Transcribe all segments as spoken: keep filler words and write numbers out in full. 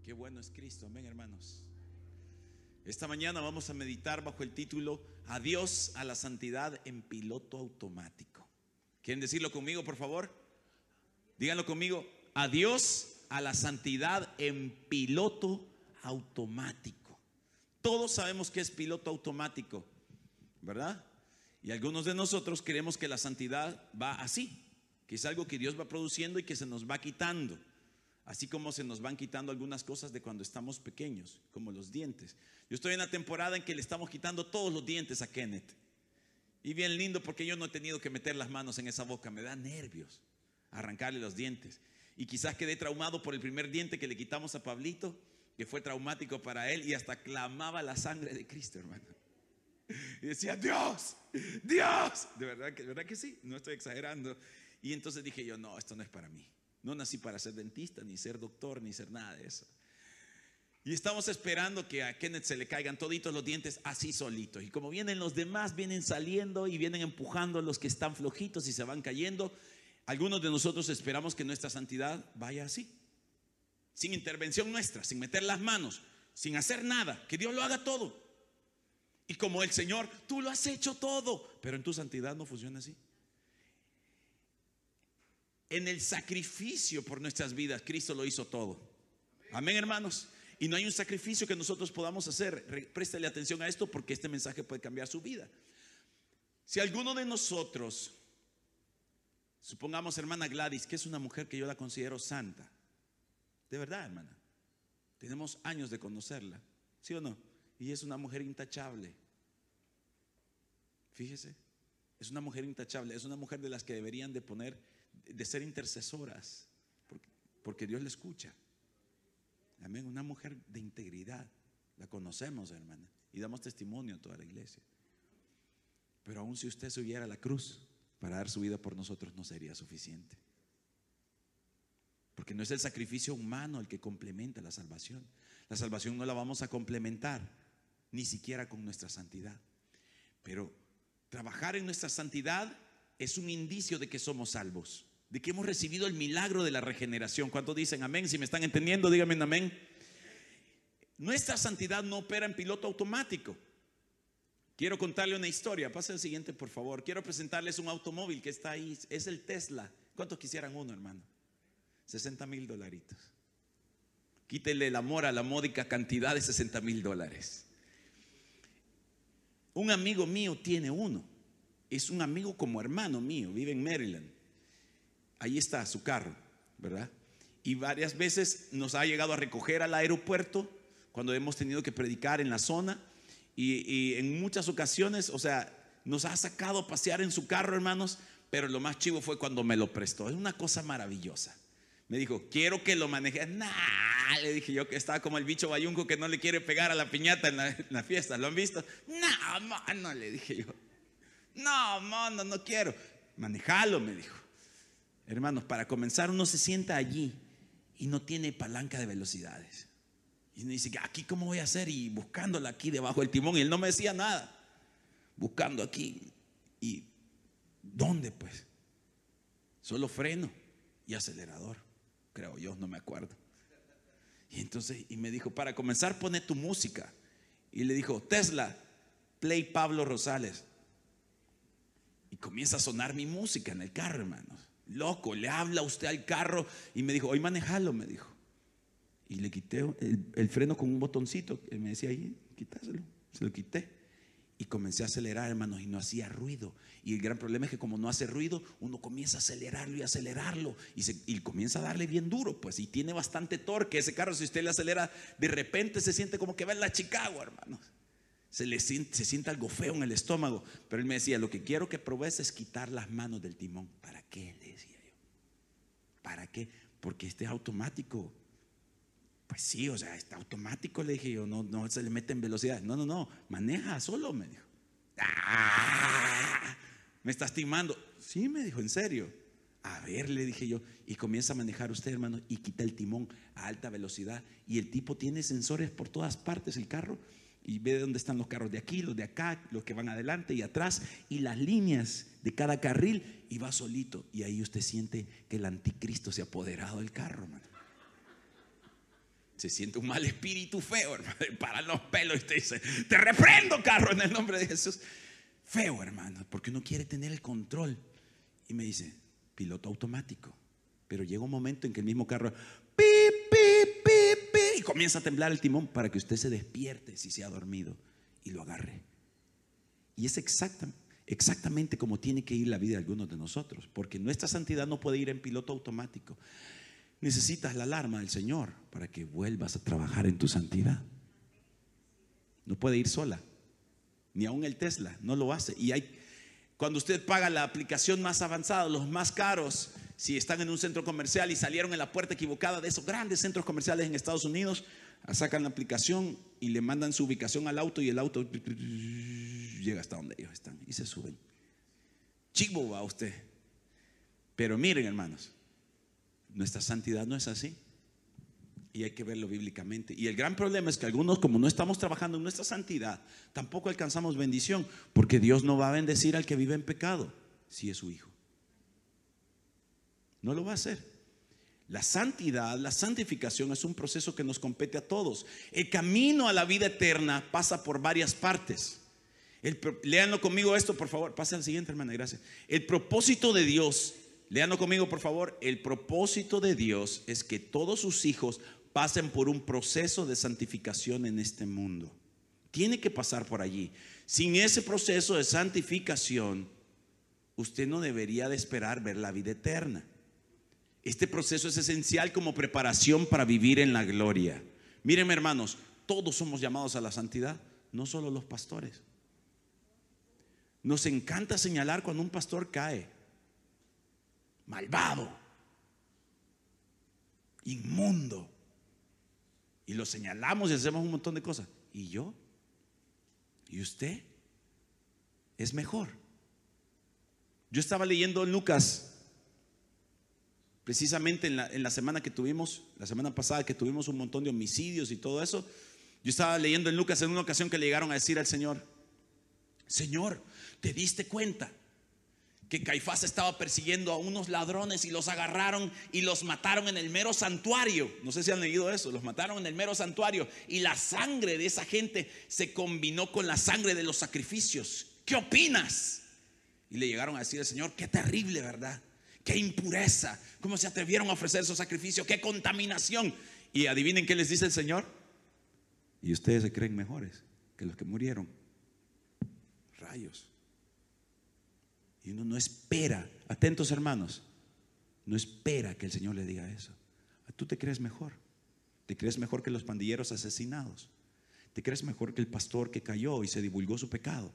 Qué bueno es Cristo, amén, hermanos. Esta mañana vamos a meditar bajo el título Adiós a la santidad en piloto automático. ¿Quieren decirlo conmigo, por favor? Díganlo conmigo. Adiós a la santidad en piloto automático. Todos sabemos que es piloto automático, ¿verdad? Y algunos de nosotros creemos que la santidad va así, que es algo que Dios va produciendo y que se nos va quitando. Así como se nos van quitando algunas cosas de cuando estamos pequeños, como los dientes. Yo estoy en la temporada en que le estamos quitando todos los dientes a Kenneth. Y bien lindo, porque yo no he tenido que meter las manos en esa boca. Me da nervios arrancarle los dientes. Y quizás quedé traumado por el primer diente que le quitamos a Pablito, que fue traumático para él, y hasta clamaba la sangre de Cristo, hermano. Y decía, Dios, Dios. De verdad que, de verdad que sí, no estoy exagerando. Y entonces dije yo, no, esto no es para mí. No nací para ser dentista, ni ser doctor, ni ser nada de eso. Y estamos esperando que a Kenneth se le caigan toditos los dientes así solitos. Y como vienen los demás, vienen saliendo y vienen empujando a los que están flojitos y se van cayendo. Algunos de nosotros esperamos que nuestra santidad vaya así, sin intervención nuestra, sin meter las manos, sin hacer nada, que Dios lo haga todo. Y como el Señor, tú lo has hecho todo, pero en tu santidad no funciona así. En el sacrificio por nuestras vidas, Cristo lo hizo todo. Amén, hermanos. Y no hay un sacrificio que nosotros podamos hacer. Préstale atención a esto, porque este mensaje puede cambiar su vida. Si alguno de nosotros, supongamos hermana Gladys, que es una mujer que yo la considero santa, de verdad, hermana, tenemos años de conocerla, ¿sí o no? Y es una mujer intachable. Fíjese, es una mujer intachable. Es una mujer de las que deberían de poner, de ser intercesoras, porque, porque Dios le escucha. Amén. Una mujer de integridad. La conocemos, hermana, y damos testimonio a toda la iglesia. Pero aún si usted subiera a la cruz para dar su vida por nosotros, no sería suficiente, porque no es el sacrificio humano el que complementa la salvación. La salvación no la vamos a complementar ni siquiera con nuestra santidad. Pero trabajar en nuestra santidad es un indicio de que somos salvos, de que hemos recibido el milagro de la regeneración. ¿Cuántos dicen amén? Si me están entendiendo, díganme amén. Nuestra santidad no opera en piloto automático. Quiero contarle una historia. Pase el siguiente, por favor. Quiero presentarles un automóvil que está ahí. Es el Tesla. ¿Cuántos quisieran uno, hermano? sesenta mil dolaritos. Quítele el amor a la módica cantidad de sesenta mil dólares. Un amigo mío tiene uno. Es un amigo como hermano mío, vive en Maryland. Ahí está su carro, ¿verdad? Y varias veces nos ha llegado a recoger al aeropuerto cuando hemos tenido que predicar en la zona. Y, y en muchas ocasiones, o sea, nos ha sacado a pasear en su carro, hermanos. Pero lo más chivo fue cuando me lo prestó. Es una cosa maravillosa. Me dijo, quiero que lo maneje. Nah, le dije yo, que estaba como el bicho bayunco que no le quiere pegar a la piñata en la, en la fiesta. ¿Lo han visto? No, mano, le dije yo. No, mano, no quiero. Manejalo, me dijo. Hermanos, para comenzar, uno se sienta allí y no tiene palanca de velocidades. Y uno dice, ¿aquí cómo voy a hacer? Y buscándola aquí debajo del timón. Y él no me decía nada. Buscando aquí. ¿Y dónde, pues? Solo freno y acelerador, creo yo, no me acuerdo. Y entonces, y me dijo, para comenzar, pone tu música. Y le dijo, Tesla, play Pablo Rosales. Y comienza a sonar mi música en el carro, hermanos. Loco, le habla usted al carro. Y me dijo, hoy manejalo, me dijo. Y le quité el, el freno con un botoncito. Él me decía, ahí, quításelo. Se lo quité. Y comencé a acelerar, hermanos, y no hacía ruido. Y el gran problema es que como no hace ruido, uno comienza a acelerarlo y acelerarlo. Y, se, y comienza a darle bien duro, pues. Y tiene bastante torque. Ese carro, si usted le acelera, de repente se siente como que va en la Chicago, hermanos. Se le siente, se siente algo feo en el estómago. Pero él me decía, lo que quiero que probes es quitar las manos del timón. ¿Para qué? Le decía yo. ¿Para qué? Porque este es automático. Pues sí, o sea, está automático, le dije yo. No, no se le mete en velocidad. No, no, no, maneja solo, me dijo. ¡Ah! ¿Me estás timando? Sí, me dijo, en serio. A ver, le dije yo. Y comienza a manejar usted, hermano, y quita el timón a alta velocidad. Y el tipo tiene sensores por todas partes, el carro. Y ve dónde están los carros de aquí, los de acá, los que van adelante y atrás, y las líneas de cada carril, y va solito. Y ahí usted siente que el anticristo se ha apoderado del carro, hermano. Se siente un mal espíritu feo, hermano. Paran los pelos y te dice: te reprendo, carro, en el nombre de Jesús. Feo, hermano, porque no quiere tener el control. Y me dice: piloto automático. Pero llega un momento en que el mismo carro pi, pi, pi, pi, y comienza a temblar el timón para que usted se despierte si se ha dormido y lo agarre. Y es exacta, exactamente como tiene que ir la vida de algunos de nosotros, porque nuestra santidad no puede ir en piloto automático. Necesitas la alarma del Señor para que vuelvas a trabajar en tu santidad. No puede ir sola. Ni aún el Tesla no lo hace. Y hay, cuando usted paga la aplicación más avanzada, los más caros, si están en un centro comercial y salieron en la puerta equivocada de esos grandes centros comerciales en Estados Unidos, sacan la aplicación y le mandan su ubicación al auto, y el auto llega hasta donde ellos están y se suben. Chivo va usted. Pero miren, hermanos, nuestra santidad no es así, y hay que verlo bíblicamente. Y el gran problema es que algunos, como no estamos trabajando en nuestra santidad, tampoco alcanzamos bendición, porque Dios no va a bendecir al que vive en pecado si es su hijo. No lo va a hacer. La santidad, la santificación es un proceso que nos compete a todos. El camino a la vida eterna pasa por varias partes. El, léanlo conmigo esto, por favor. Pase al siguiente, hermana, gracias. El propósito de Dios, léanlo conmigo, por favor. El propósito de Dios es que todos sus hijos pasen por un proceso de santificación en este mundo. Tiene que pasar por allí. Sin ese proceso de santificación, usted no debería de esperar ver la vida eterna. Este proceso es esencial como preparación para vivir en la gloria. Miren, hermanos, todos somos llamados a la santidad, no solo los pastores. Nos encanta señalar cuando un pastor cae: malvado, inmundo, y lo señalamos y hacemos un montón de cosas. ¿Y yo? ¿Y usted? Es mejor. Yo estaba leyendo en Lucas, precisamente en la, en la semana que tuvimos, la semana pasada que tuvimos un montón de homicidios y todo eso. Yo estaba leyendo en Lucas en una ocasión que le llegaron a decir al Señor: Señor, ¿te diste cuenta que Caifás estaba persiguiendo a unos ladrones y los agarraron y los mataron en el mero santuario? No sé si han leído eso. Los mataron en el mero santuario, y la sangre de esa gente se combinó con la sangre de los sacrificios. ¿Qué opinas? Y le llegaron a decir al Señor: qué terrible, ¿verdad? Qué impureza. ¿Cómo se atrevieron a ofrecer esos sacrificios? Qué contaminación. Y adivinen qué les dice el Señor: y ustedes se creen mejores que los que murieron. Rayos. Y uno no espera, atentos hermanos, no espera que el Señor le diga eso. Tú te crees mejor. Te crees mejor que los pandilleros asesinados. Te crees mejor que el pastor que cayó y se divulgó su pecado.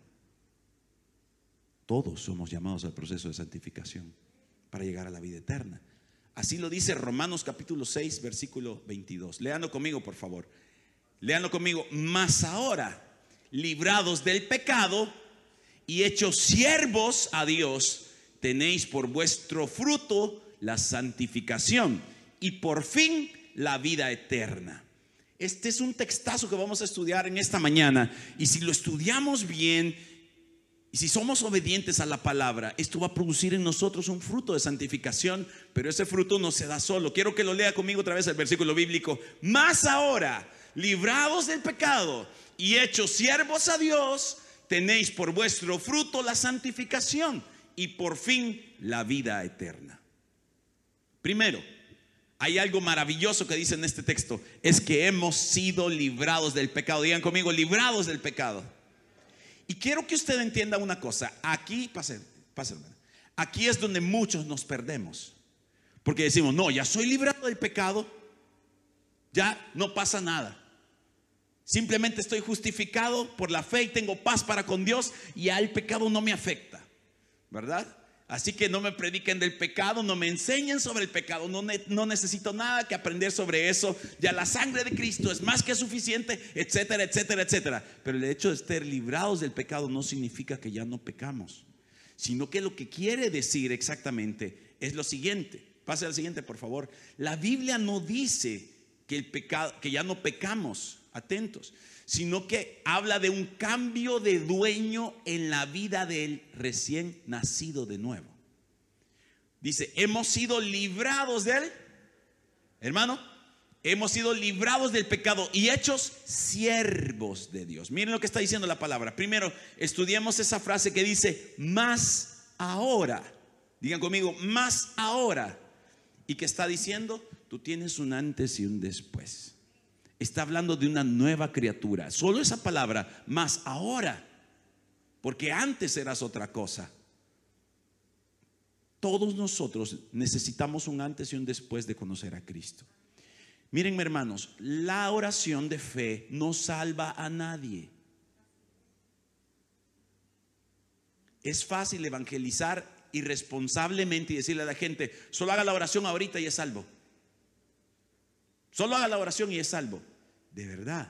Todos somos llamados al proceso de santificación para llegar a la vida eterna. Así lo dice Romanos capítulo seis, versículo veintidós. Léanlo conmigo, por favor. Léanlo conmigo. Mas ahora, librados del pecado y hechos siervos a Dios, tenéis por vuestro fruto la santificación y por fin la vida eterna. Este es un textazo que vamos a estudiar en esta mañana, y si lo estudiamos bien y si somos obedientes a la palabra, esto va a producir en nosotros un fruto de santificación. Pero ese fruto no se da solo. Quiero que lo lea conmigo otra vez el versículo bíblico. Mas ahora, librados del pecado y hechos siervos a Dios, tenéis por vuestro fruto la santificación y por fin la vida eterna. Primero, hay algo maravilloso que dice en este texto: es que hemos sido librados del pecado. Digan conmigo: librados del pecado. Y quiero que usted entienda una cosa. Aquí, pase, pase, aquí es donde muchos nos perdemos, porque decimos: no, ya soy librado del pecado, ya no pasa nada. Simplemente estoy justificado por la fe y tengo paz para con Dios, y ya el pecado no me afecta, ¿verdad? Así que no me prediquen del pecado, no me enseñen sobre el pecado, no, ne- no necesito nada que aprender sobre eso. Ya la sangre de Cristo es más que suficiente, etcétera, etcétera, etcétera. Pero el hecho de estar librados del pecado no significa que ya no pecamos, sino que lo que quiere decir exactamente es lo siguiente. Pase al siguiente, por favor. La Biblia no dice que, el pecado, que ya no pecamos, atentos, sino que habla de un cambio de dueño en la vida del recién nacido de nuevo. Dice: hemos sido librados del, hermano, hemos sido librados del pecado y hechos siervos de Dios. Miren lo que está diciendo la palabra. Primero, estudiemos esa frase que dice, más ahora. Digan conmigo, más ahora. ¿Y qué está diciendo? Tú tienes un antes y un después. Está hablando de una nueva criatura. Solo esa palabra, más ahora. Porque antes eras otra cosa. Todos nosotros necesitamos un antes y un después de conocer a Cristo. Mírenme, hermanos, la oración de fe no salva a nadie. Es fácil evangelizar irresponsablemente y decirle a la gente, solo haga la oración ahorita y es salvo. Solo haga la oración y es salvo. De verdad.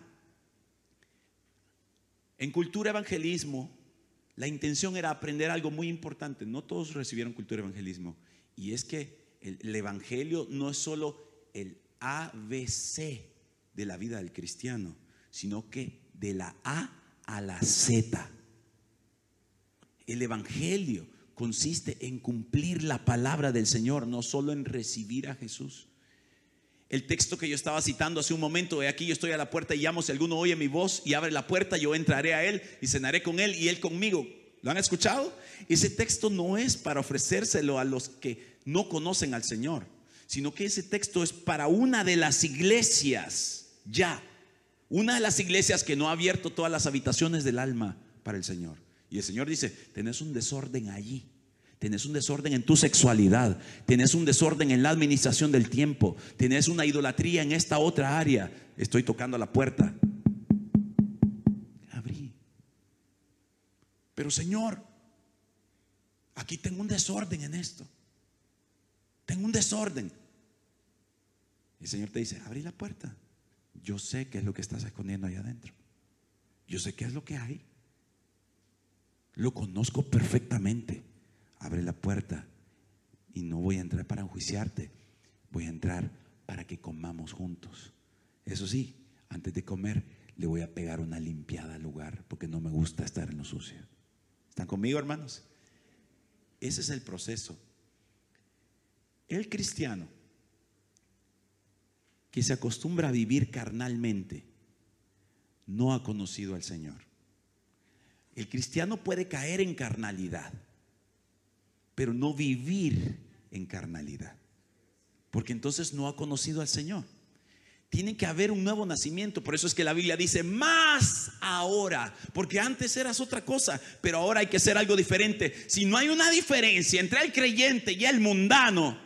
En cultura evangelismo, la intención era aprender algo muy importante. No todos recibieron cultura evangelismo. Y es que el, el evangelio no es solo el A B C de la vida del cristiano, sino que de la A a la Z. El evangelio consiste en cumplir la palabra del Señor, no solo en recibir a Jesús. El texto que yo estaba citando hace un momento, he aquí yo estoy a la puerta y llamo, si alguno oye mi voz y abre la puerta, yo entraré a él y cenaré con él y él conmigo. ¿Lo han escuchado? Ese texto no es para ofrecérselo a los que no conocen al Señor, sino que ese texto es para una de las iglesias, ya, una de las iglesias que no ha abierto todas las habitaciones del alma para el Señor. Y el Señor dice, tenés un desorden allí. Tenés un desorden en tu sexualidad. Tenés un desorden en la administración del tiempo. Tenés una idolatría en esta otra área. Estoy tocando la puerta. Abrí. Pero Señor, aquí tengo un desorden en esto. Tengo un desorden. Y el Señor te dice, abrí la puerta. Yo sé qué es lo que estás escondiendo ahí adentro. Yo sé qué es lo que hay. Lo conozco perfectamente. Abre la puerta y no voy a entrar para enjuiciarte. Voy a entrar para que comamos juntos. Eso sí, antes de comer le voy a pegar una limpiada al lugar, porque no me gusta estar en lo sucio. ¿Están conmigo, hermanos? Ese es el proceso. El cristiano que se acostumbra a vivir carnalmente no ha conocido al Señor. El cristiano puede caer en carnalidad, pero no vivir en carnalidad, porque entonces no ha conocido al Señor. Tiene que haber un nuevo nacimiento. Por eso es que la Biblia dice más ahora, porque antes eras otra cosa, pero ahora hay que hacer algo diferente. Si no hay una diferencia entre el creyente y el mundano,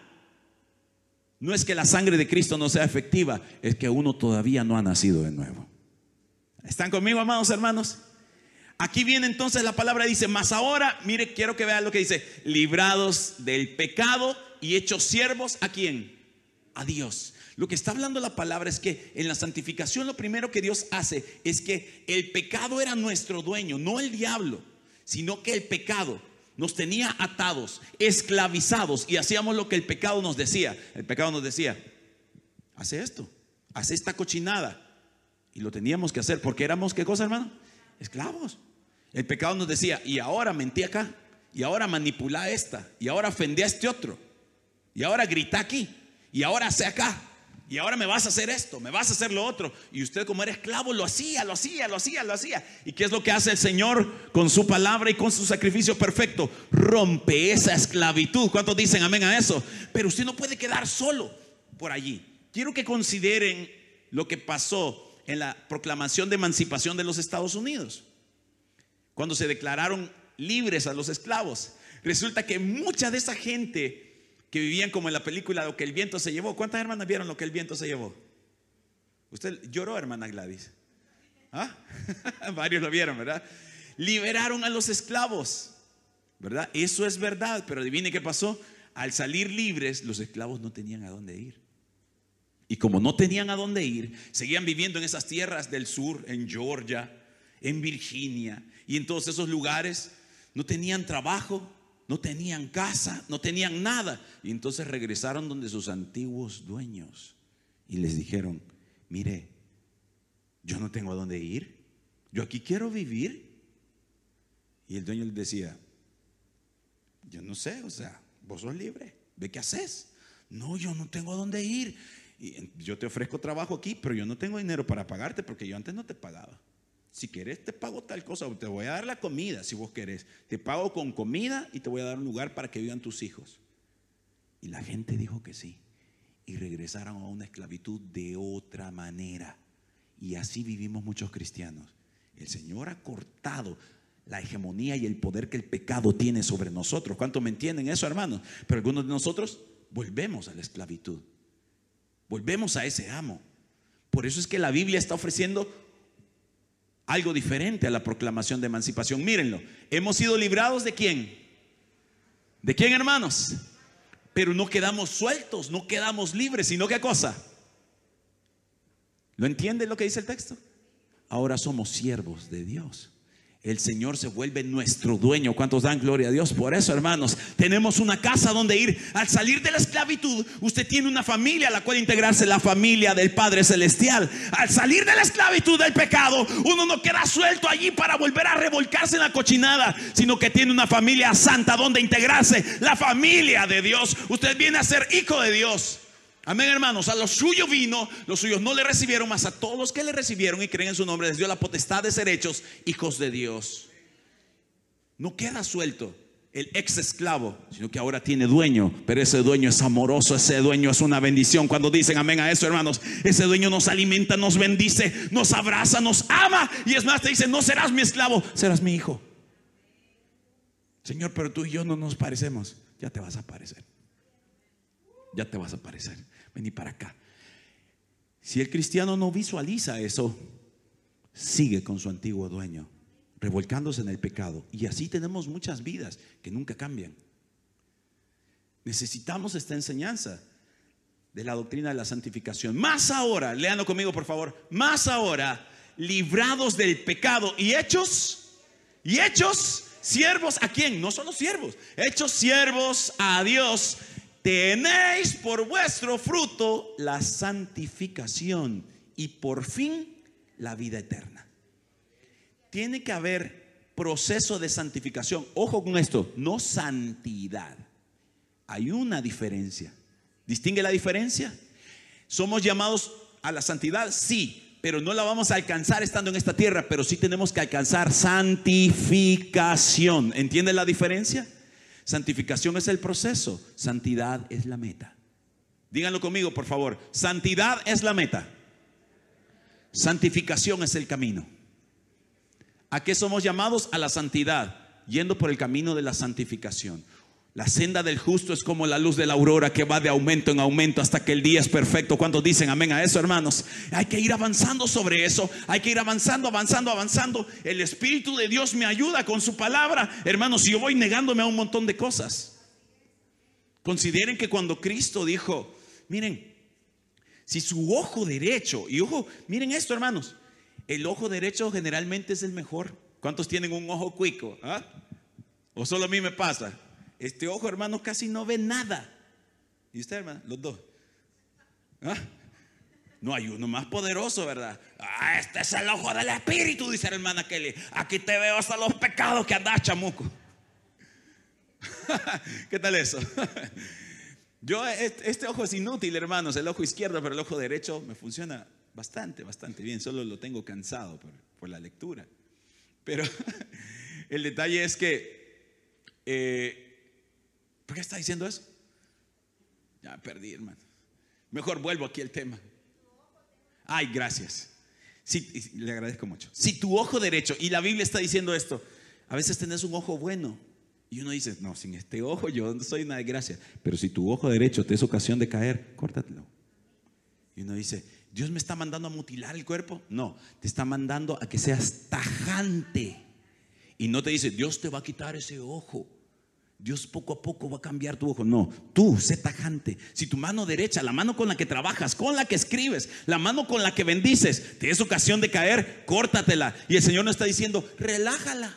no es que la sangre de Cristo no sea efectiva, es que uno todavía no ha nacido de nuevo. ¿Están conmigo, amados hermanos? Aquí viene entonces la palabra, dice, más ahora, mire, quiero que vean lo que dice, librados del pecado y hechos siervos, ¿a quién? A Dios. Lo que está hablando la palabra es que en la santificación lo primero que Dios hace es que el pecado era nuestro dueño, no el diablo, sino que el pecado nos tenía atados, esclavizados, y hacíamos lo que el pecado nos decía. El pecado nos decía, hace esto, hace esta cochinada, y lo teníamos que hacer porque éramos, ¿qué cosa, hermano? Esclavos. El pecado nos decía, y ahora mentí acá, y ahora manipula a esta, y ahora ofendí a este otro, y ahora grita aquí, y ahora hace acá, y ahora me vas a hacer esto, me vas a hacer lo otro. Y usted, como era esclavo, lo hacía, lo hacía, lo hacía, lo hacía. ¿Y qué es lo que hace el Señor con su palabra y con su sacrificio perfecto? Rompe esa esclavitud. ¿Cuántos dicen amén a eso? Pero usted no puede quedar solo por allí. Quiero que consideren lo que pasó en la proclamación de emancipación de los Estados Unidos, cuando se declararon libres a los esclavos. Resulta que mucha de esa gente que vivían como en la película Lo que el viento se llevó. ¿Cuántas hermanas vieron Lo que el viento se llevó? Usted lloró, hermana Gladys. ¿Ah? Varios lo vieron, ¿verdad? Liberaron a los esclavos, ¿verdad? Eso es verdad, pero adivine qué pasó. Al salir libres, los esclavos no tenían a dónde ir. Y como no tenían a dónde ir, seguían viviendo en esas tierras del sur, en Georgia, en Virginia, y en todos esos lugares. No tenían trabajo, no tenían casa, no tenían nada. Y entonces regresaron donde sus antiguos dueños y les dijeron, mire, yo no tengo a dónde ir, yo aquí quiero vivir. Y el dueño les decía, yo no sé, o sea, vos sos libre, ve qué haces. No, yo no tengo a dónde ir. Y yo te ofrezco trabajo aquí, pero yo no tengo dinero para pagarte porque yo antes no te pagaba. Si querés te pago tal cosa, te voy a dar la comida si vos querés. Te pago con comida y te voy a dar un lugar para que vivan tus hijos. Y la gente dijo que sí. Y regresaron a una esclavitud de otra manera. Y así vivimos muchos cristianos. El Señor ha cortado la hegemonía y el poder que el pecado tiene sobre nosotros. ¿Cuántos me entienden eso, hermanos? Pero algunos de nosotros volvemos a la esclavitud. Volvemos a ese amo. Por eso es que la Biblia está ofreciendo algo diferente a la proclamación de emancipación. Mírenlo, hemos sido librados ¿de quién? ¿De quién, hermanos? Pero no quedamos sueltos, no quedamos libres, sino ¿qué cosa? ¿Lo entienden lo que dice el texto? Ahora somos siervos de Dios. El Señor se vuelve nuestro dueño. ¿Cuántos dan gloria a Dios por eso, hermanos? Tenemos una casa donde ir. Al salir de la esclavitud, usted tiene una familia a la cual integrarse, la familia del Padre Celestial. Al salir de la esclavitud del pecado, uno no queda suelto allí para volver a revolcarse en la cochinada, sino que tiene una familia santa donde integrarse, la familia de Dios. Usted viene a ser hijo de Dios. Amén, hermanos. A los suyos vino, los suyos no le recibieron, mas a todos los que le recibieron y creen en su nombre les dio la potestad de ser hechos hijos de Dios. No queda suelto el ex esclavo, sino que ahora tiene dueño. Pero ese dueño es amoroso, ese dueño es una bendición. Cuando dicen amén a eso, hermanos, ese dueño nos alimenta, nos bendice, nos abraza, nos ama. Y es más, te dice: no serás mi esclavo, serás mi hijo. Señor, pero tú y yo no nos parecemos. Ya te vas a parecer. Ya te vas a parecer. Vení para acá. Si el cristiano no visualiza eso, sigue con su antiguo dueño, revolcándose en el pecado. Y así tenemos muchas vidas que nunca cambian. Necesitamos esta enseñanza de la doctrina de la santificación. Más ahora, léanlo conmigo por favor. Más ahora, librados del pecado y hechos, y hechos siervos ¿a quién? No solo siervos, hechos siervos a Dios. Tenéis por vuestro fruto la santificación y por fin la vida eterna. Tiene que haber proceso de santificación. Ojo con esto, no santidad. Hay una diferencia. ¿Distingue la diferencia? ¿Somos llamados a la santidad? Sí, pero no la vamos a alcanzar estando en esta tierra. Pero sí tenemos que alcanzar santificación. ¿Entiende la diferencia? Santificación es el proceso, santidad es la meta. Díganlo conmigo, por favor. Santidad es la meta. Santificación es el camino. ¿A qué somos llamados? A la santidad, yendo por el camino de la santificación. La senda del justo es como la luz de la aurora que va de aumento en aumento hasta que el día es perfecto. ¿Cuántos dicen amén a eso, hermanos? Hay que ir avanzando sobre eso. Hay que ir avanzando, avanzando, avanzando. El Espíritu de Dios me ayuda con su palabra. Hermanos, si yo voy negándome a un montón de cosas. Consideren que cuando Cristo dijo, miren, si su ojo derecho, y ojo, miren esto, hermanos, el ojo derecho generalmente es el mejor. ¿Cuántos tienen un ojo cuico? ¿Ah? ¿O solo a mí me pasa? Este ojo, hermano, casi no ve nada. ¿Y usted, hermano? Los dos. ¿Ah? No hay uno más poderoso, ¿verdad? Ah, este es el ojo del Espíritu, dice la hermana Kelly. Aquí te veo hasta los pecados que andas, chamuco. ¿Qué tal eso? Yo, este, este ojo es inútil, hermanos, el ojo izquierdo, pero el ojo derecho me funciona bastante, bastante bien. Solo lo tengo cansado por, por la lectura. Pero el detalle es que eh, ¿por qué está diciendo eso? Ya perdí, hermano. Mejor vuelvo aquí al tema. Ay, gracias. Sí, le agradezco mucho. Si tu ojo derecho, y la Biblia está diciendo esto, a veces tenés un ojo bueno y uno dice, no, sin este ojo yo no soy una desgracia. Pero si tu ojo derecho te es ocasión de caer, córtatelo. Y uno dice, ¿Dios me está mandando a mutilar el cuerpo? No, te está mandando a que seas tajante. Y no te dice, Dios te va a quitar ese ojo, Dios poco a poco va a cambiar tu ojo. No, tú sé tajante. Si tu mano derecha, la mano con la que trabajas, con la que escribes, la mano con la que bendices, te es ocasión de caer, córtatela. Y el Señor no está diciendo, relájala,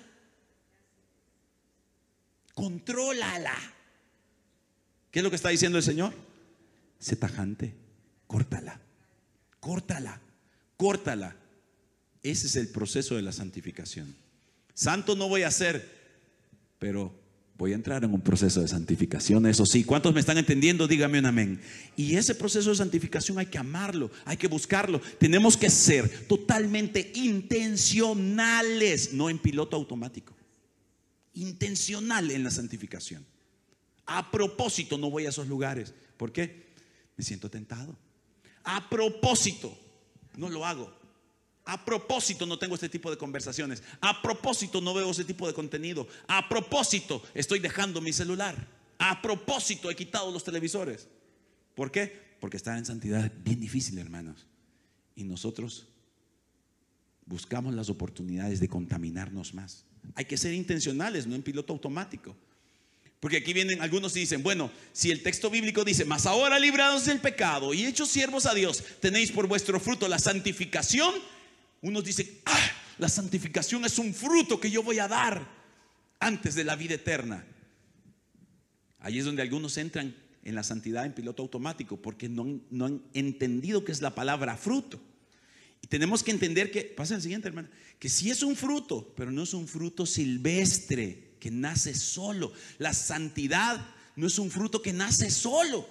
contrólala. ¿Qué es lo que está diciendo el Señor? Sé tajante, córtala, córtala, córtala. Ese es el proceso de la santificación. Santo no voy a ser, pero voy a entrar en un proceso de santificación, eso sí. ¿Cuántos me están entendiendo? Dígame un amén. Y ese proceso de santificación hay que amarlo, hay que buscarlo. Tenemos que ser totalmente intencionales, no en piloto automático. Intencional en la santificación. A propósito no voy a esos lugares. ¿Por qué? Me siento tentado. A propósito no lo hago. A propósito no tengo este tipo de conversaciones. A propósito no veo ese tipo de contenido. A propósito estoy dejando mi celular. A propósito he quitado los televisores. ¿Por qué? Porque estar en santidad es bien difícil, hermanos. Y nosotros buscamos las oportunidades de contaminarnos más. Hay que ser intencionales, no en piloto automático. Porque aquí vienen algunos y dicen, bueno, si el texto bíblico dice, mas ahora librados del pecado y hechos siervos a Dios, tenéis por vuestro fruto la santificación. Unos dicen, ah, la santificación es un fruto que yo voy a dar antes de la vida eterna. Ahí es donde algunos entran en la santidad en piloto automático, porque no, no han entendido qué es la palabra fruto. Y tenemos que entender que, pasa el siguiente, hermano, que sí es un fruto, pero no es un fruto silvestre que nace solo. La santidad no es un fruto que nace solo.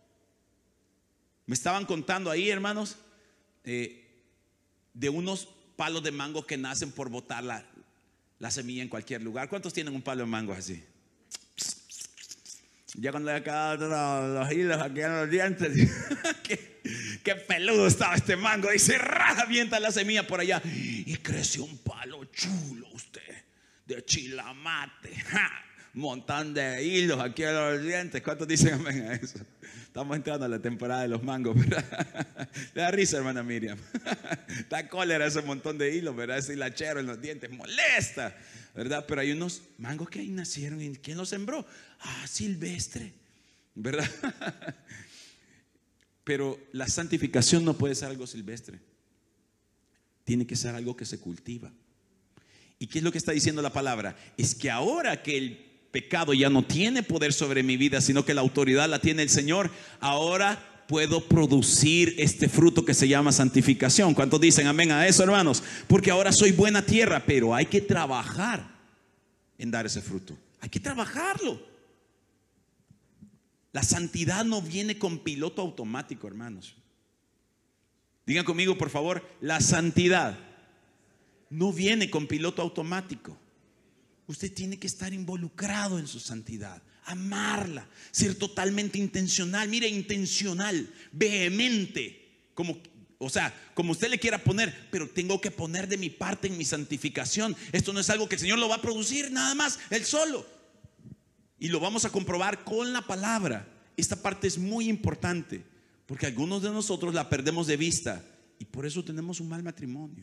Me estaban contando ahí, hermanos, eh, de unos palos de mango que nacen por botar la, la semilla en cualquier lugar. ¿Cuántos tienen un palo de mango así? Ya cuando le acaba los hilos aquí en los dientes, qué, qué peludo estaba este mango. Y se raja, avienta la semilla por allá y crece un palo chulo usted, de chilamate, ¡ja! Montón de hilos aquí en los dientes. ¿Cuántos dicen amén a eso? Estamos entrando a la temporada de los mangos, ¿verdad? Le da risa, hermana Miriam. Da cólera ese montón de hilos, ¿verdad? Ese hilachero en los dientes molesta, ¿verdad? Pero hay unos mangos que ahí nacieron. ¿Y quién los sembró? Ah, silvestre, ¿verdad? Pero la santificación no puede ser algo silvestre. Tiene que ser algo que se cultiva. ¿Y qué es lo que está diciendo la palabra? Es que ahora que el pecado ya no tiene poder sobre mi vida, sino que la autoridad la tiene el Señor, ahora puedo producir este fruto que se llama santificación. ¿Cuántos dicen amén a eso, hermanos? Porque ahora soy buena tierra, pero hay que trabajar en dar ese fruto. Hay que trabajarlo. La santidad no viene con piloto automático, hermanos. Digan conmigo, por favor, la santidad no viene con piloto automático. Usted tiene que estar involucrado en su santidad, amarla, ser totalmente intencional. Mire, intencional, vehemente, como, o sea, como usted le quiera poner, pero tengo que poner de mi parte en mi santificación. Esto no es algo que el Señor lo va a producir nada más, Él solo. Y lo vamos a comprobar con la palabra. Esta parte es muy importante, porque algunos de nosotros la perdemos de vista y por eso tenemos un mal matrimonio.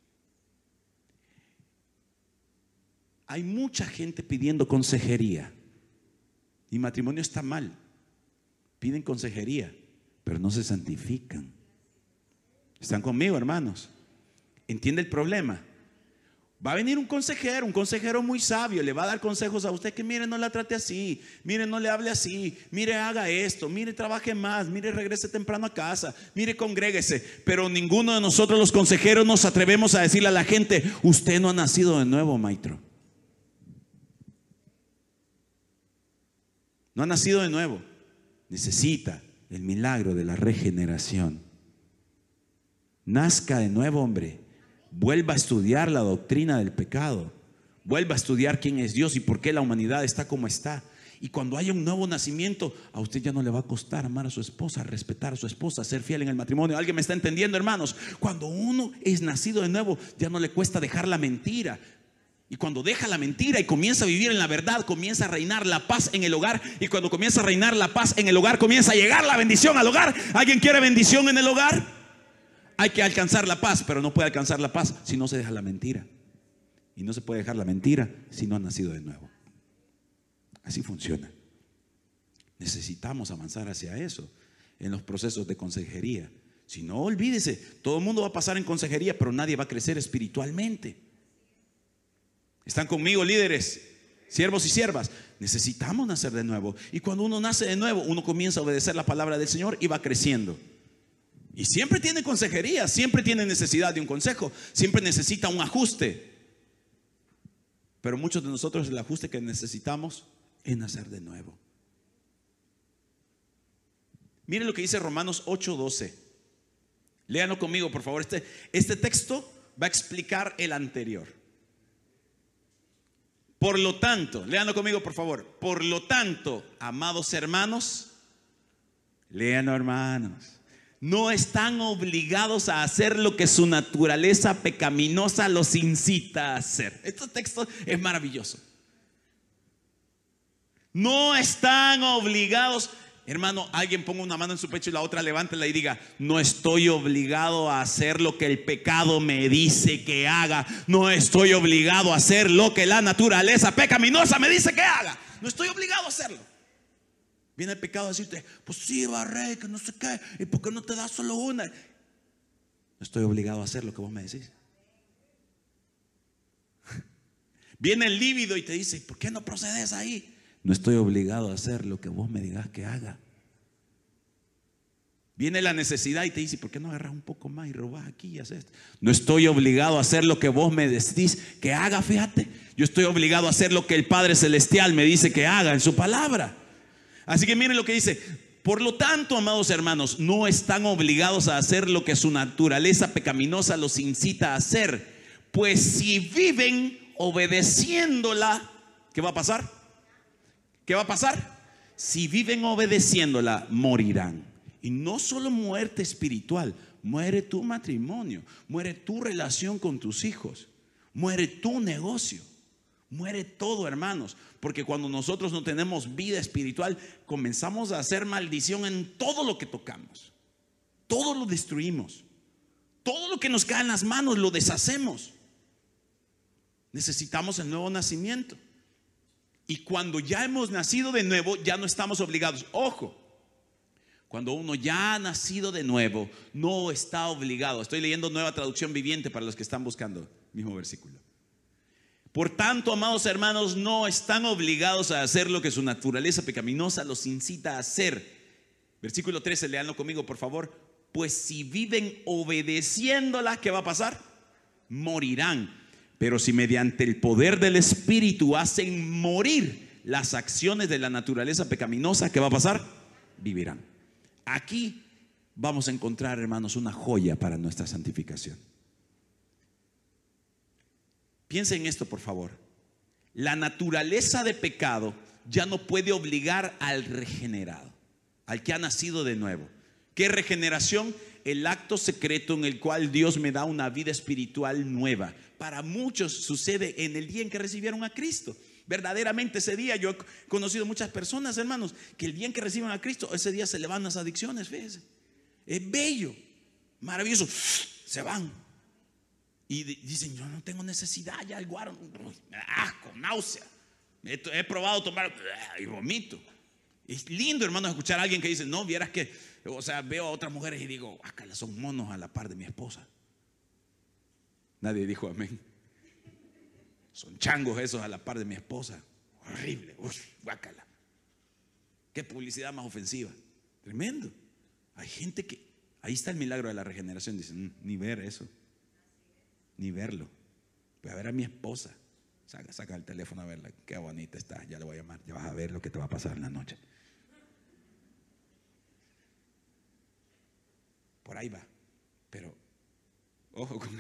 Hay mucha gente pidiendo consejería y matrimonio está mal. Piden consejería, pero no se santifican. ¿Están conmigo, hermanos? ¿Entiende el problema? Va a venir un consejero, un consejero muy sabio, le va a dar consejos a usted que mire, no la trate así, mire, no le hable así, mire, haga esto, mire, trabaje más, mire, regrese temprano a casa, mire, congréguese. Pero ninguno de nosotros los consejeros nos atrevemos a decirle a la gente, usted no ha nacido de nuevo, maestro. No ha nacido de nuevo. Necesita el milagro de la regeneración. Nazca de nuevo, hombre. Vuelva a estudiar la doctrina del pecado. Vuelva a estudiar quién es Dios y por qué la humanidad está como está. Y cuando haya un nuevo nacimiento, a usted ya no le va a costar amar a su esposa, respetar a su esposa, ser fiel en el matrimonio. ¿Alguien me está entendiendo, hermanos? Cuando uno es nacido de nuevo, ya no le cuesta dejar la mentira. Y cuando deja la mentira y comienza a vivir en la verdad, comienza a reinar la paz en el hogar. Y cuando comienza a reinar la paz en el hogar, comienza a llegar la bendición al hogar. ¿Alguien quiere bendición en el hogar? Hay que alcanzar la paz, pero no puede alcanzar la paz si no se deja la mentira. Y no se puede dejar la mentira si no ha nacido de nuevo. Así funciona. Necesitamos avanzar hacia eso en los procesos de consejería. Si no, olvídese, todo el mundo va a pasar en consejería, pero nadie va a crecer espiritualmente. ¿Están conmigo, líderes, siervos y siervas? Necesitamos nacer de nuevo. Y cuando uno nace de nuevo, uno comienza a obedecer la palabra del Señor y va creciendo. Y siempre tiene consejería, siempre tiene necesidad de un consejo, siempre necesita un ajuste. Pero muchos de nosotros el ajuste que necesitamos es nacer de nuevo. Miren lo que dice Romanos ocho doce. Léanlo conmigo, por favor. Este, este texto va a explicar el anterior. Por lo tanto, léanlo conmigo, por favor. Por lo tanto, amados hermanos, léanlo, hermanos, no están obligados a hacer lo que su naturaleza pecaminosa los incita a hacer. Este texto es maravilloso. No están obligados. Hermano, alguien ponga una mano en su pecho y la otra levántela y diga: no estoy obligado a hacer lo que el pecado me dice que haga. No estoy obligado a hacer lo que la naturaleza pecaminosa me dice que haga. No estoy obligado a hacerlo. Viene el pecado a decirte: pues sí, va, rey, que no sé qué, ¿y por qué no te das solo una? No estoy obligado a hacer lo que vos me decís. Viene el lívido y te dice: ¿por qué no procedes ahí? No estoy obligado a hacer lo que vos me digas que haga. Viene la necesidad y te dice: ¿por qué no agarras un poco más y robas aquí y haces esto? No estoy obligado a hacer lo que vos me decís que haga. Fíjate, yo estoy obligado a hacer lo que el Padre Celestial me dice que haga en su palabra. Así que miren lo que dice: por lo tanto, amados hermanos, no están obligados a hacer lo que su naturaleza pecaminosa los incita a hacer. Pues si viven obedeciéndola, ¿qué va a pasar? ¿Qué va a pasar? Si viven obedeciéndola, morirán. Y no solo muerte espiritual, muere tu matrimonio, muere tu relación con tus hijos, muere tu negocio, muere todo, hermanos. Porque cuando nosotros no tenemos vida espiritual, comenzamos a hacer maldición en todo lo que tocamos. Todo lo destruimos. Todo lo que nos cae en las manos lo deshacemos. Necesitamos el nuevo nacimiento. Y cuando ya hemos nacido de nuevo, ya no estamos obligados. Ojo, cuando uno ya ha nacido de nuevo, no está obligado. Estoy leyendo Nueva Traducción Viviente para los que están buscando el mismo versículo. Por tanto, amados hermanos, no están obligados a hacer lo que su naturaleza pecaminosa los incita a hacer. Versículo trece, léanlo conmigo, por favor. Pues si viven obedeciéndola, ¿qué va a pasar? Morirán. Pero si mediante el poder del Espíritu hacen morir las acciones de la naturaleza pecaminosa, ¿qué va a pasar? Vivirán. Aquí vamos a encontrar, hermanos, una joya para nuestra santificación. Piensen en esto, por favor. La naturaleza de pecado ya no puede obligar al regenerado, al que ha nacido de nuevo. ¿Qué regeneración? El acto secreto en el cual Dios me da una vida espiritual nueva. Para muchos sucede en el día en que recibieron a Cristo. Verdaderamente ese día, yo he conocido muchas personas, hermanos, que el día en que reciben a Cristo, ese día se le van las adicciones, fíjense. Es bello, maravilloso. Se van y dicen: yo no tengo necesidad, ya el guaro, me da asco, náusea. He, he probado tomar y vomito. Es lindo, hermanos, escuchar a alguien que dice: no, vieras que, o sea, veo a otras mujeres y digo: acá son monos a la par de mi esposa. Nadie dijo amén. Son changos esos a la par de mi esposa. Horrible, uf, guácala. Qué publicidad más ofensiva. Tremendo. Hay gente que, ahí está el milagro de la regeneración. Dicen: ni ver eso, ni verlo. Voy a ver a mi esposa. Saca, saca el teléfono a verla. Qué bonita está, ya le voy a llamar. Ya vas a ver lo que te va a pasar en la noche. Por ahí va. Pero ojo con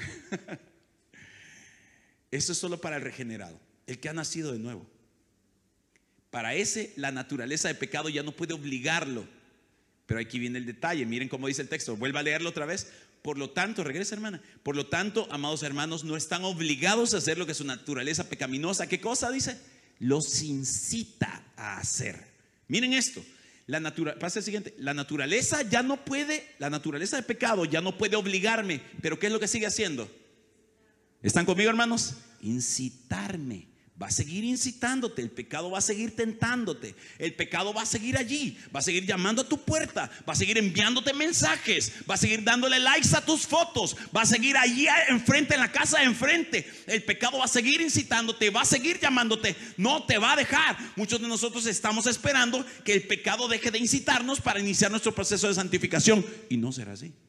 eso. Es solo para el regenerado, el que ha nacido de nuevo. Para ese, la naturaleza de pecado ya no puede obligarlo. Pero aquí viene el detalle. Miren cómo dice el texto. Vuelva a leerlo otra vez. Por lo tanto, regresa, hermana. Por lo tanto, amados hermanos, no están obligados a hacer lo que su naturaleza pecaminosa, ¿qué cosa dice? Los incita a hacer. Miren esto. La natura, pasa el siguiente. La naturaleza ya no puede, la naturaleza de pecado ya no puede obligarme. Pero ¿qué es lo que sigue haciendo? ¿Están conmigo, hermanos? Incitarme. Va a seguir incitándote. El pecado va a seguir tentándote. El pecado va a seguir allí. Va a seguir llamando a tu puerta. Va a seguir enviándote mensajes. Va a seguir dándole likes a tus fotos. Va a seguir allí enfrente, en la casa de enfrente. El pecado va a seguir incitándote. Va a seguir llamándote. No te va a dejar. Muchos de nosotros estamos esperando que el pecado deje de incitarnos para iniciar nuestro proceso de santificación. Y no será así.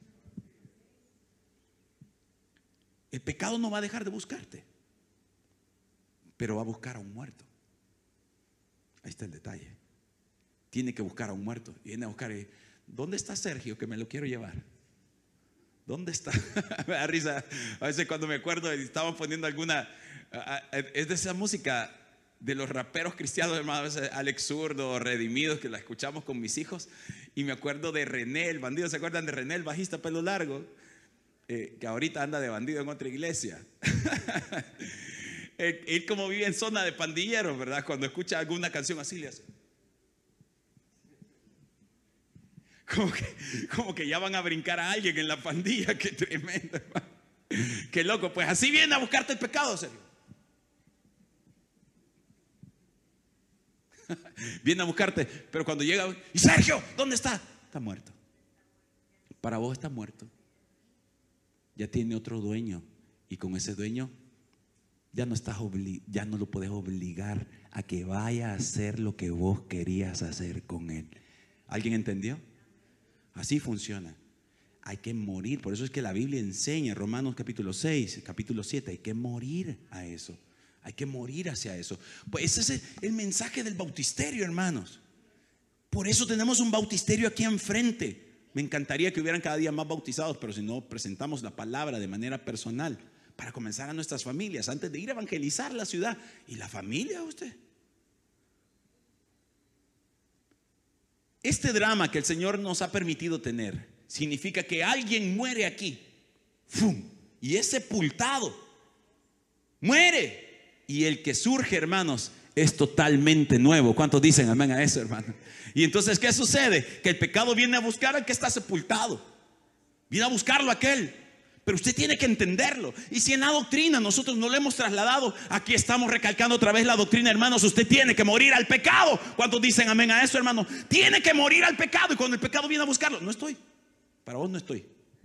El pecado no va a dejar de buscarte, pero va a buscar a un muerto. Ahí está el detalle. Tiene que buscar a un muerto. Y viene a buscar y, ¿dónde está Sergio? Que me lo quiero llevar. ¿Dónde está? Me da risa. A veces cuando me acuerdo, estaban poniendo alguna, es de esa música de los raperos cristianos, hermano, a veces Alex Zurdo, Redimidos, que la escuchamos con mis hijos. Y me acuerdo de René, el bandido. ¿Se acuerdan de René, el bajista pelo largo? Eh, que ahorita anda de bandido en otra iglesia. él, él como vive en zona de pandilleros, ¿verdad? Cuando escucha alguna canción así le hace. Como que, como que ya van a brincar a alguien en la pandilla. Qué tremendo, hermano. Qué loco. Pues así viene a buscarte el pecado, Sergio. Viene a buscarte, pero cuando llega, ¿y Sergio? ¿Dónde está? Está muerto. Para vos está muerto. Ya tiene otro dueño. Y con ese dueño ya no estás obli- ya no lo puedes obligar a que vaya a hacer lo que vos querías hacer con él. ¿Alguien entendió? Así funciona. Hay que morir. Por eso es que la Biblia enseña, Romanos capítulo seis, capítulo siete, hay que morir a eso. Hay que morir hacia eso. Pues ese es el, el mensaje del bautisterio, hermanos. Por eso tenemos un bautisterio aquí enfrente. Me encantaría que hubieran cada día más bautizados, pero si no, presentamos la palabra de manera personal para comenzar a nuestras familias antes de ir a evangelizar la ciudad. ¿Y la familia, usted? Este drama que el Señor nos ha permitido tener significa que alguien muere aquí, ¡fum!, y es sepultado, muere, y el que surge, hermanos, es totalmente nuevo. ¿Cuántos dicen amén a eso, hermano? Y entonces, ¿qué sucede? Que el pecado viene a buscar al que está sepultado, viene a buscarlo a aquel. Pero usted tiene que entenderlo. Y si en la doctrina nosotros no le hemos trasladado, aquí estamos recalcando otra vez la doctrina, hermanos. Usted tiene que morir al pecado. ¿Cuántos dicen amén a eso, hermano? Tiene que morir al pecado. Y cuando el pecado viene a buscarlo, no estoy. Para vos no estoy.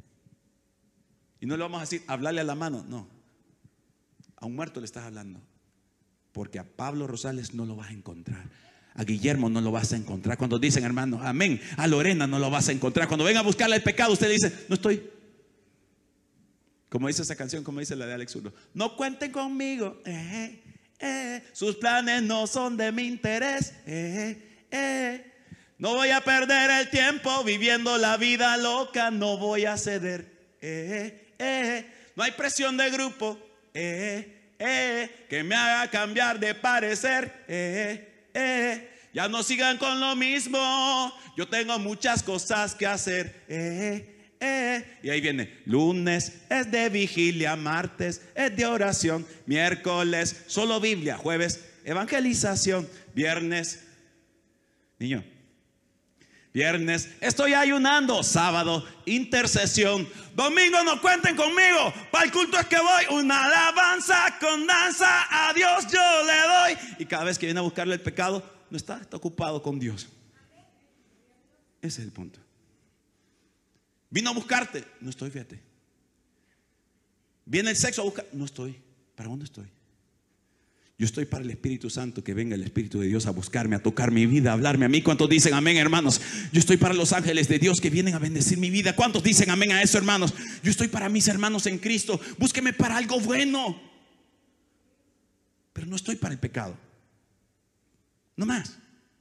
Y no le vamos a decir, hablarle a la mano. No. A un muerto le estás hablando. Porque a Pablo Rosales no lo vas a encontrar. A Guillermo no lo vas a encontrar. Cuando dicen, hermano, amén, a Lorena no lo vas a encontrar. Cuando venga a buscarle el pecado, usted dice, no estoy. Como dice esa canción, como dice la de Alex Zurdo, no cuenten conmigo, eh, eh, sus planes no son de mi interés, eh, eh. No voy a perder el tiempo viviendo la vida loca, no voy a ceder, eh, eh. No hay presión de grupo, eh, eh, que me haga cambiar de parecer, eh, eh. Ya no sigan con lo mismo, yo tengo muchas cosas que hacer, eh, Eh, y ahí viene, lunes es de vigilia, martes es de oración, miércoles solo Biblia, jueves evangelización, viernes, niño, viernes estoy ayunando, sábado intercesión, domingo no cuenten conmigo, para el culto es que voy, una alabanza con danza, a Dios yo le doy. Y cada vez que viene a buscarle el pecado, no está, está ocupado con Dios. Ese es el punto. Vino a buscarte, no estoy, fíjate. Viene el sexo a buscar, no estoy. ¿Para dónde estoy? Yo estoy para el Espíritu Santo, que venga el Espíritu de Dios a buscarme, a tocar mi vida, a hablarme a mí. ¿Cuántos dicen amén, hermanos? Yo estoy para los ángeles de Dios que vienen a bendecir mi vida. ¿Cuántos dicen amén a eso, hermanos? Yo estoy para mis hermanos en Cristo. Búsqueme para algo bueno. Pero no estoy para el pecado. No más.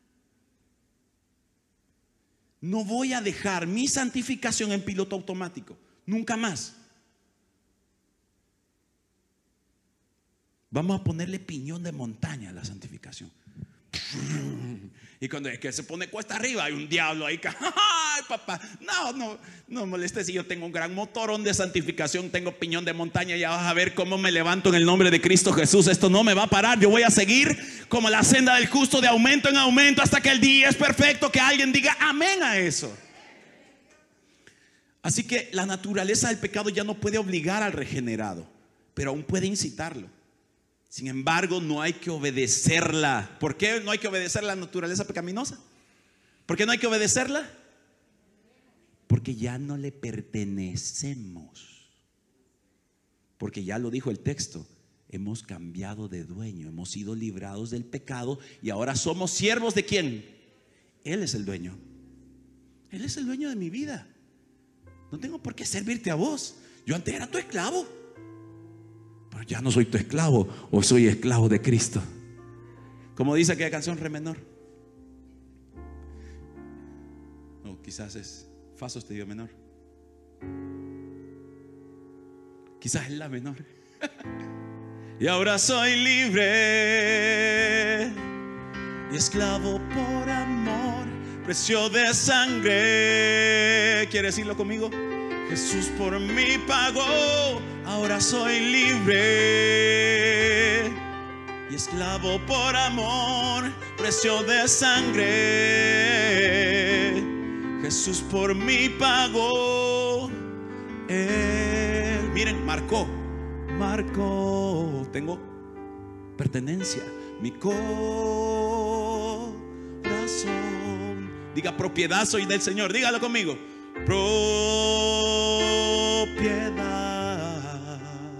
No voy a dejar mi santificación en piloto automático. Nunca más. Vamos a ponerle piñón de montaña a la santificación. Y cuando es que se pone cuesta arriba, hay un diablo ahí. Ay, papá, no, no, no molestes. Si yo tengo un gran motorón de santificación, tengo piñón de montaña, ya vas a ver cómo me levanto en el nombre de Cristo Jesús. Esto no me va a parar. Yo voy a seguir como la senda del justo, de aumento en aumento, hasta que el día es perfecto, que alguien diga amén a eso. Así que la naturaleza del pecado ya no puede obligar al regenerado, pero aún puede incitarlo. Sin embargo, no hay que obedecerla. ¿Por qué no hay que obedecer la naturaleza pecaminosa? ¿Por qué no hay que obedecerla? Porque ya no le pertenecemos. Porque ya lo dijo el texto, hemos cambiado de dueño, hemos sido librados del pecado y ahora somos siervos de ¿quién? Él es el dueño. Él es el dueño de mi vida. No tengo por qué servirte a vos. Yo antes era tu esclavo, pero ya no soy tu esclavo, hoy soy esclavo de Cristo. Como dice aquella canción, re menor. O quizás es fa sostenido menor. Quizás es la menor. Y ahora soy libre y esclavo por amor, precio de sangre. ¿Quiere decirlo conmigo? Jesús por mí pagó, ahora soy libre y esclavo por amor, precio de sangre. Jesús por mí pagó. Él, miren, marcó, marcó. Tengo pertenencia, mi corazón. Diga, propiedad soy del Señor. Dígalo conmigo. Propiedad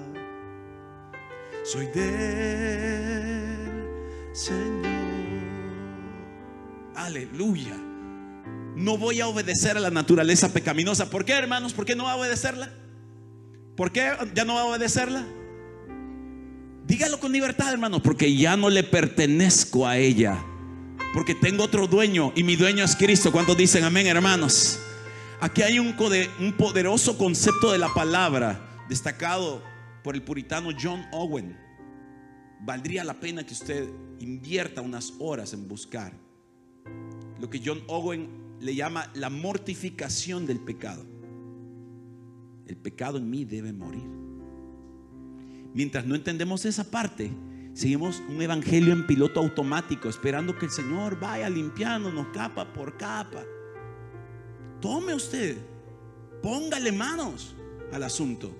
soy del Señor. Aleluya. No voy a obedecer a la naturaleza pecaminosa. ¿Por qué, hermanos? ¿Por qué no va a obedecerla? ¿Por qué ya no va a obedecerla? Dígalo con libertad, hermanos. Porque ya no le pertenezco a ella, porque tengo otro dueño, y mi dueño es Cristo. ¿Cuántos dicen amén, hermanos? Aquí hay un, un poderoso concepto de la palabra destacado por el puritano John Owen. Valdría la pena que usted invierta unas horas en buscar lo que John Owen le llama la mortificación del pecado. El pecado en mí debe morir. Mientras no entendemos esa parte, seguimos un evangelio en piloto automático, esperando que el Señor vaya limpiándonos capa por capa. Tome usted, póngale manos al asunto.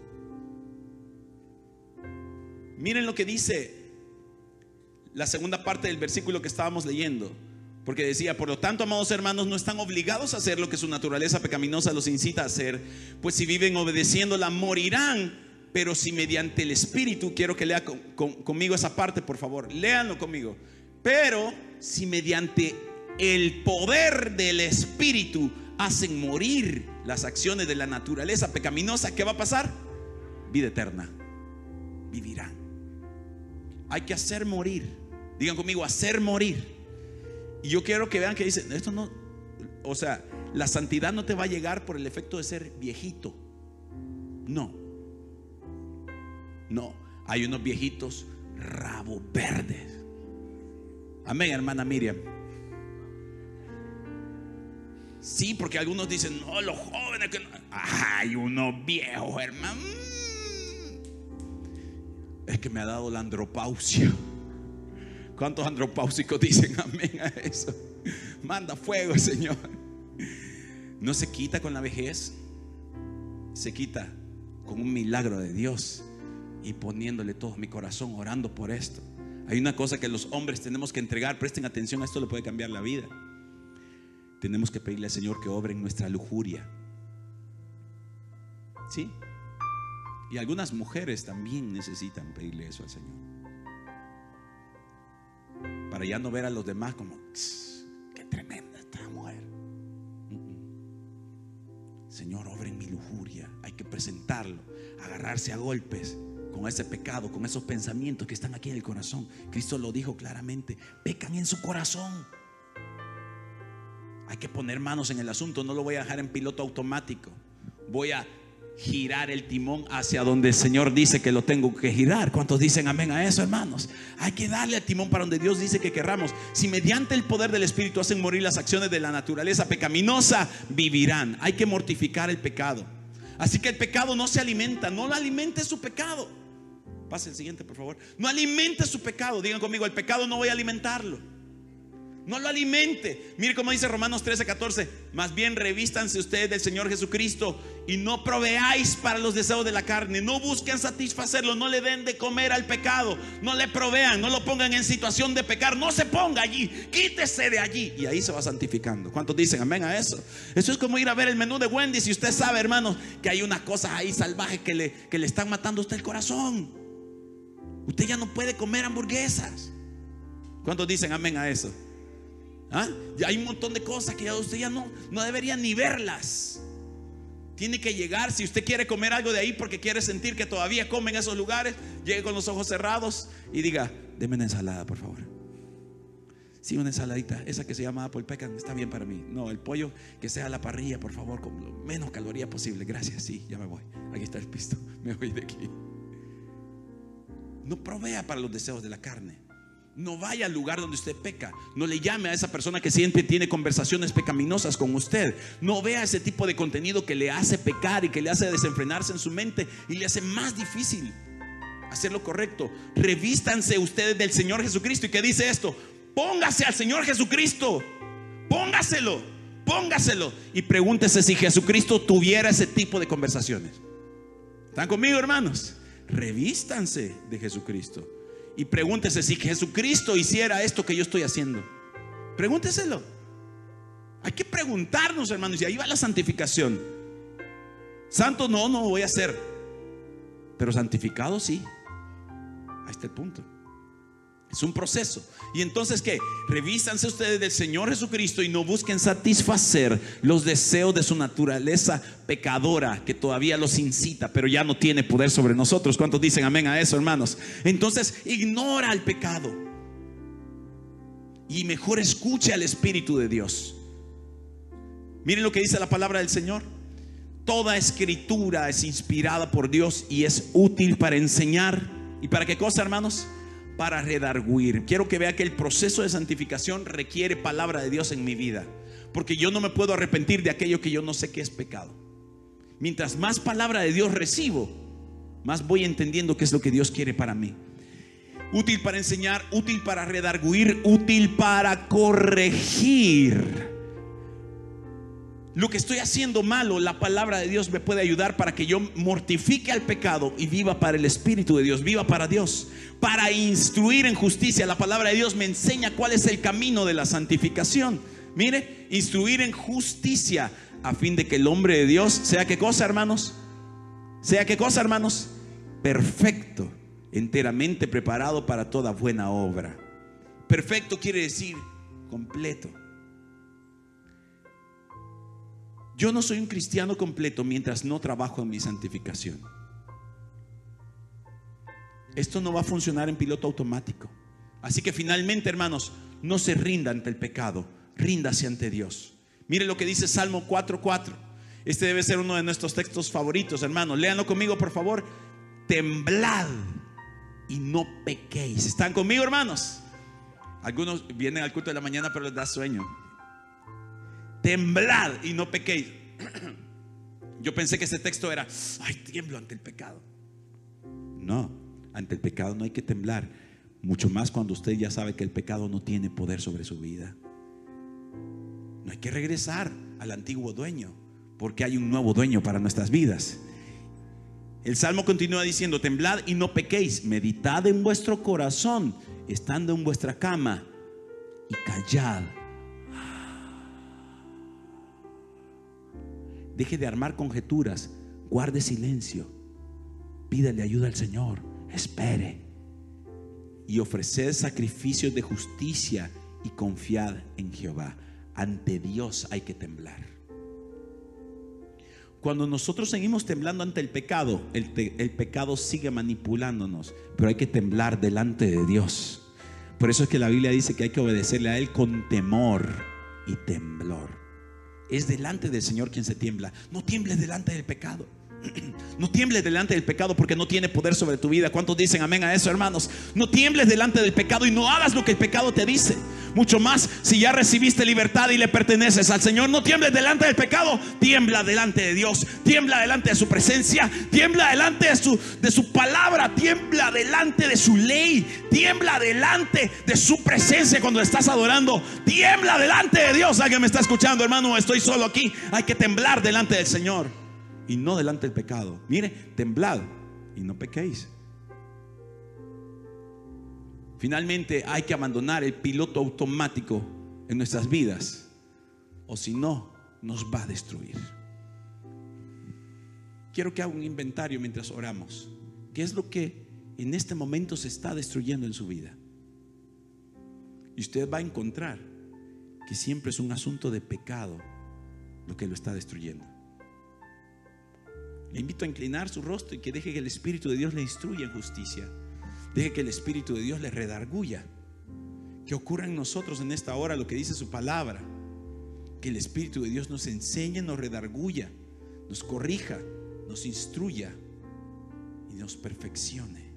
Miren lo que dice la segunda parte del versículo que estábamos leyendo, porque decía: por lo tanto, amados hermanos, no están obligados a hacer lo que su naturaleza pecaminosa los incita a hacer, pues si viven obedeciéndola morirán. Pero si mediante el Espíritu, quiero que lea con, con, conmigo esa parte, por favor, léanlo conmigo. Pero si mediante el poder del Espíritu hacen morir las acciones de la naturaleza pecaminosa, ¿qué va a pasar? Vida eterna. Vivirán. Hay que hacer morir. Digan conmigo, hacer morir. Y yo quiero que vean que dice, esto no, o sea, la santidad no te va a llegar por el efecto de ser viejito. No. No, hay unos viejitos rabo verdes. Amén, hermana Miriam. Sí, porque algunos dicen, no, los jóvenes que no. Hay unos viejos, hermano. Es que me ha dado la andropausia. ¿Cuántos andropáusicos dicen amén a eso? Manda fuego, Señor. No se quita con la vejez, se quita con un milagro de Dios y poniéndole todo mi corazón, orando por esto. Hay una cosa que los hombres tenemos que entregar. Presten atención, a esto le puede cambiar la vida. Tenemos que pedirle al Señor que obre en nuestra lujuria. ¿Sí? Y algunas mujeres también necesitan pedirle eso al Señor, para ya no ver a los demás como qué tremenda esta mujer. Señor, obre en mi lujuria. Hay que presentarlo, agarrarse a golpes con ese pecado, con esos pensamientos que están aquí en el corazón. Cristo lo dijo claramente: pecan en su corazón. Hay que poner manos en el asunto. No lo voy a dejar en piloto automático. Voy a girar el timón hacia donde el Señor dice que lo tengo que girar. ¿Cuántos dicen amén a eso, hermanos? Hay que darle al timón para donde Dios dice que querramos. Si mediante el poder del Espíritu hacen morir las acciones de la naturaleza pecaminosa, vivirán. Hay que mortificar el pecado. Así que el pecado no se alimenta. No lo alimente su pecado. Pase el siguiente, por favor. No alimente su pecado. Digan conmigo, el pecado no voy a alimentarlo. No lo alimente. Mire cómo dice Romanos trece, catorce: más bien revístanse ustedes del Señor Jesucristo y no proveáis para los deseos de la carne. No busquen satisfacerlo. No le den de comer al pecado. No le provean. No lo pongan en situación de pecar. No se ponga allí. Quítese de allí. Y ahí se va santificando. ¿Cuántos dicen amén a eso? Eso es como ir a ver el menú de Wendy's y usted sabe, hermanos, que hay unas cosas ahí salvajes que le, que le están matando a usted el corazón. Usted ya no puede comer hamburguesas. ¿Cuántos dicen amén a eso? ¿Ah? Ya hay un montón de cosas que ya usted ya no, no debería ni verlas. Tiene que llegar, si usted quiere comer algo de ahí porque quiere sentir que todavía come en esos lugares, llegue con los ojos cerrados y diga: deme una ensalada, por favor. Sí, una ensaladita, esa que se llama apple pecan, está bien para mí. No, el pollo que sea a la parrilla, por favor, con lo menos caloría posible. Gracias, sí, ya me voy. Aquí está el pisto, me voy de aquí. No provea para los deseos de la carne. No vaya al lugar donde usted peca. No le llame a esa persona que siempre tiene conversaciones pecaminosas con usted. No vea ese tipo de contenido que le hace pecar y que le hace desenfrenarse en su mente y le hace más difícil hacer lo correcto. Revístanse ustedes del Señor Jesucristo. ¿Y qué dice esto? Póngase al Señor Jesucristo. Póngaselo, póngaselo. Y pregúntese si Jesucristo tuviera ese tipo de conversaciones. ¿Están conmigo, hermanos? Revístanse de Jesucristo. Y pregúntese si Jesucristo hiciera esto que yo estoy haciendo. Pregúnteselo. Hay que preguntarnos, hermanos. Y ahí va la santificación. Santo no, no voy a ser. Pero santificado sí. Ahí está el punto. Es un proceso. Y entonces, ¿qué? Revístanse ustedes del Señor Jesucristo y no busquen satisfacer los deseos de su naturaleza pecadora que todavía los incita, pero ya no tiene poder sobre nosotros. ¿Cuántos dicen amén a eso, hermanos? Entonces, ignora el pecado y mejor escuche al Espíritu de Dios. Miren lo que dice la palabra del Señor. Toda escritura es inspirada por Dios y es útil para enseñar. ¿Y para qué cosa, hermanos? Para redarguir. Quiero que vea que el proceso de santificación requiere palabra de Dios en mi vida, porque yo no me puedo arrepentir de aquello que yo no sé que es pecado. Mientras más palabra de Dios recibo, más voy entendiendo qué es lo que Dios quiere para mí. Útil para enseñar, útil para redarguir, útil para corregir. Lo que estoy haciendo malo, la palabra de Dios me puede ayudar para que yo mortifique al pecado y viva para el Espíritu de Dios, viva para Dios. Para instruir en justicia, la palabra de Dios me enseña cuál es el camino de la santificación. Mire, instruir en justicia a fin de que el hombre de Dios sea qué cosa, hermanos, sea qué cosa, hermanos, perfecto, enteramente preparado para toda buena obra. Perfecto quiere decir completo. Yo no soy un cristiano completo mientras no trabajo en mi santificación. Esto no va a funcionar en piloto automático. Así que finalmente, hermanos, no se rinda ante el pecado, ríndase ante Dios. Mire lo que dice Salmo cuatro cuatro. Este debe ser uno de nuestros textos favoritos, hermanos. Léanlo conmigo, por favor. Temblad y no pequéis. ¿Están conmigo, hermanos? Algunos vienen al culto de la mañana pero les da sueño. Temblad y no pequéis. Yo pensé que ese texto era: ay, tiemblo ante el pecado. No, ante el pecado no hay que temblar. Mucho más cuando usted ya sabe que el pecado no tiene poder sobre su vida. No hay que regresar al antiguo dueño, porque hay un nuevo dueño para nuestras vidas. El Salmo continúa diciendo: temblad y no pequéis, meditad en vuestro corazón, estando en vuestra cama, y callad. Deje de armar conjeturas, guarde silencio, pídale ayuda al Señor, espere y ofreced sacrificios de justicia y confiad en Jehová. Ante Dios hay que temblar. Cuando nosotros seguimos temblando ante el pecado, el, te, el pecado sigue manipulándonos, pero hay que temblar delante de Dios. Por eso es que la Biblia dice que hay que obedecerle a Él con temor y temblor. Es delante del Señor quien se tiembla. No tiembles delante del pecado. No tiembles delante del pecado porque no tiene poder sobre tu vida. ¿Cuántos dicen amén a eso, hermanos? No tiembles delante del pecado y no hagas lo que el pecado te dice. Mucho más si ya recibiste libertad y le perteneces al Señor. No tiembles delante del pecado, tiembla delante de Dios, tiembla delante de su presencia, tiembla delante de su, de su palabra, tiembla delante de su ley, tiembla delante de su presencia cuando estás adorando, tiembla delante de Dios. ¿Alguien me está escuchando, hermano? Estoy solo aquí. Hay que temblar delante del Señor y no delante del pecado. Mire, temblad y no pequéis. Finalmente hay que abandonar el piloto automático en nuestras vidas, o si no, nos va a destruir. Quiero que haga un inventario mientras oramos. ¿Qué es lo que en este momento se está destruyendo en su vida? Y usted va a encontrar que siempre es un asunto de pecado lo que lo está destruyendo. Le invito a inclinar su rostro y que deje que el Espíritu de Dios le instruya en justicia. Deje que el Espíritu de Dios le redarguya. Que Que ocurra en nosotros en esta hora lo que dice su palabra. Que el Espíritu de Dios nos enseñe, nos redarguya, nos corrija, nos instruya y nos perfeccione.